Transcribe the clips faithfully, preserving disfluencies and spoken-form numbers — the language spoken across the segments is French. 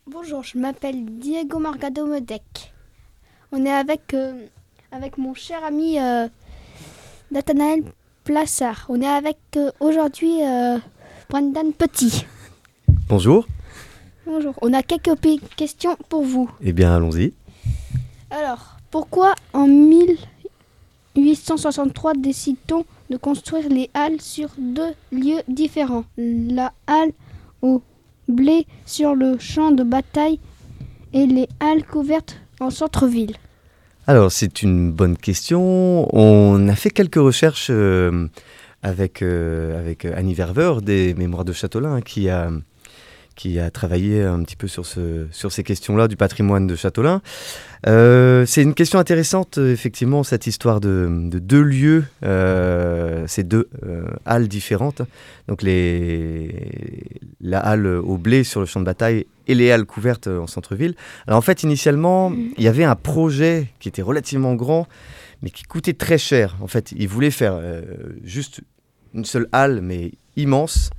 Bonjour, je m'appelle Diego Morgado Medec. On est avec, euh, avec mon cher ami euh, Nathanaël Plassard. On est avec euh, aujourd'hui euh, Brendan Petit. Bonjour. Bonjour, on a quelques p- questions pour vous. Eh bien, allons-y. Alors, pourquoi en mille huit cent soixante-trois décide-t-on de construire les halles sur deux lieux différents? La halle au blé sur le champ de bataille et les halles couvertes en centre-ville. Alors, c'est une bonne question. On a fait quelques recherches euh, avec, euh, avec Annie Verveur des Mémoires de Châteaulin hein, qui, a, qui a travaillé un petit peu sur, ce, sur ces questions-là du patrimoine de Châteaulin. Euh, c'est une question intéressante, effectivement, cette histoire de, de deux lieux, euh, ces deux euh, halles différentes. Donc, les, la halle au blé sur le champ de bataille et les halles couvertes en centre-ville. Alors, en fait, initialement, mmh. il y avait un projet qui était relativement grand, mais qui coûtait très cher. En fait, ils voulaient faire euh, juste une seule halle, mais immense.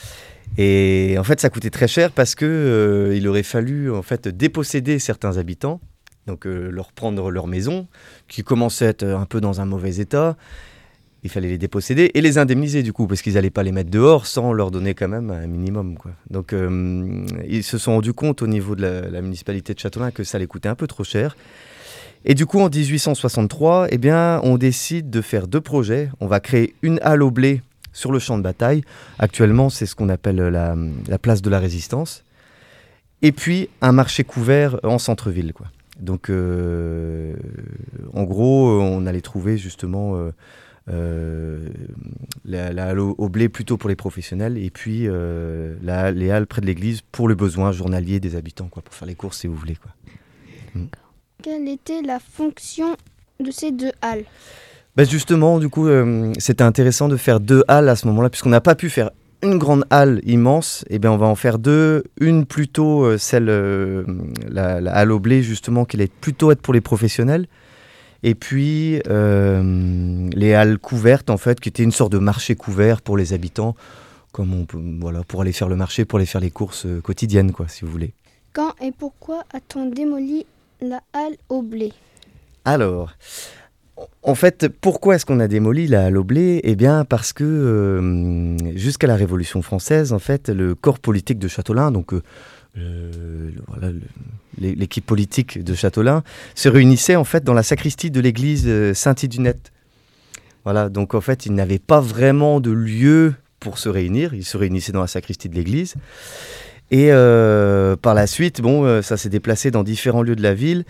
Et en fait, ça coûtait très cher parce qu'il euh, aurait fallu en fait, déposséder certains habitants. Donc euh, leur prendre leur maison, qui commençait à être un peu dans un mauvais état. Il fallait les déposséder et les indemniser du coup, parce qu'ils n'allaient pas les mettre dehors sans leur donner quand même un minimum, quoi. Donc euh, ils se sont rendus compte au niveau de la, la municipalité de Châteaulin que ça allait coûter un peu trop cher. Et du coup, en dix-huit cent soixante-trois, eh bien, on décide de faire deux projets. On va créer une halle au blé sur le champ de bataille. Actuellement, c'est ce qu'on appelle la, la place de la Résistance. Et puis, un marché couvert en centre-ville, quoi. Donc, euh, en gros, on allait trouver justement euh, euh, la, la halle au, au blé plutôt pour les professionnels et puis euh, la, les halles près de l'église pour le besoin journalier des habitants, quoi, pour faire les courses si vous voulez, quoi. Mm. Quelle était la fonction de ces deux halles ? Ben justement, du coup, euh, c'était intéressant de faire deux halles à ce moment-là, puisqu'on n'a pas pu faire une grande halle immense, et eh bien on va en faire deux. Une plutôt euh, celle, euh, la, la halle au blé justement, qui allait plutôt être pour les professionnels. Et puis euh, les halles couvertes en fait, qui étaient une sorte de marché couvert pour les habitants, comme on peut, voilà, pour aller faire le marché, pour aller faire les courses euh, quotidiennes, quoi, si vous voulez. Quand et pourquoi a-t-on démoli la halle au blé ? Alors. En fait, pourquoi est-ce qu'on a démoli la halle au blé ? Eh bien, parce que euh, jusqu'à la Révolution française, en fait, le corps politique de Châteaulin, donc euh, euh, voilà, le, l'équipe politique de Châteaulin, se réunissait en fait dans la sacristie de l'église Saint-Idunette. Voilà, donc en fait, ils n'avaient pas vraiment de lieu pour se réunir. Ils se réunissaient dans la sacristie de l'église. Et euh, par la suite, bon, ça s'est déplacé dans différents lieux de la ville.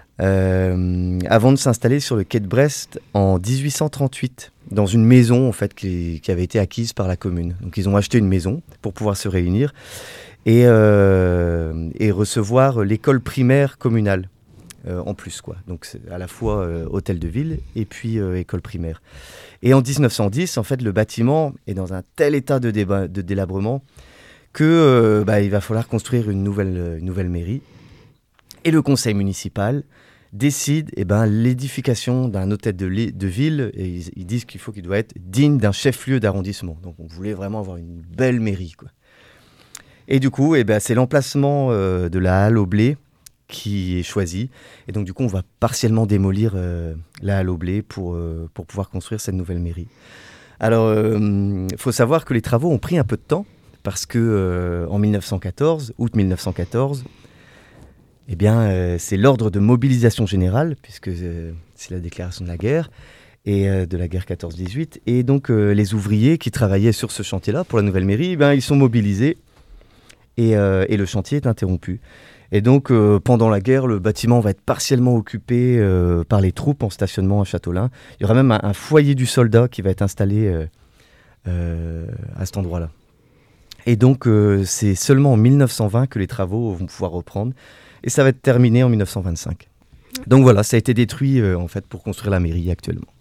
Euh, avant de s'installer sur le quai de Brest en dix-huit cent trente-huit, dans une maison en fait, qui, qui avait été acquise par la commune. Donc ils ont acheté une maison pour pouvoir se réunir et, euh, et recevoir l'école primaire communale euh, en plus, quoi. Donc c'est à la fois euh, hôtel de ville et puis euh, école primaire. Et en dix-neuf cent dix, en fait, le bâtiment est dans un tel état de, déba- de délabrement que euh, bah, il va falloir construire une nouvelle, une nouvelle mairie. Et le conseil municipal décide eh ben, l'édification d'un hôtel de, li- de ville, et ils, ils disent qu'il faut qu'il doit être digne d'un chef-lieu d'arrondissement. Donc on voulait vraiment avoir une belle mairie, quoi. Et du coup, eh ben, c'est l'emplacement euh, de la halle au blé qui est choisi. Et donc du coup, on va partiellement démolir euh, la halle au blé pour, euh, pour pouvoir construire cette nouvelle mairie. Alors, il euh, faut savoir que les travaux ont pris un peu de temps, parce que euh, en mille neuf cent quatorze, août mille neuf cent quatorze, eh bien, euh, c'est l'ordre de mobilisation générale, puisque euh, c'est la déclaration de la guerre, et euh, de la guerre quatorze dix-huit. Et donc, euh, les ouvriers qui travaillaient sur ce chantier-là, pour la nouvelle mairie, eh bien, ils sont mobilisés, et, euh, et le chantier est interrompu. Et donc, euh, pendant la guerre, le bâtiment va être partiellement occupé euh, par les troupes en stationnement à Châteaulin. Il y aura même un, un foyer du soldat qui va être installé euh, euh, à cet endroit-là. Et donc, euh, c'est seulement en mille neuf cent vingt que les travaux vont pouvoir reprendre. Et ça va être terminé en mille neuf cent vingt-cinq. Donc voilà, ça a été détruit euh, en fait pour construire la mairie actuellement.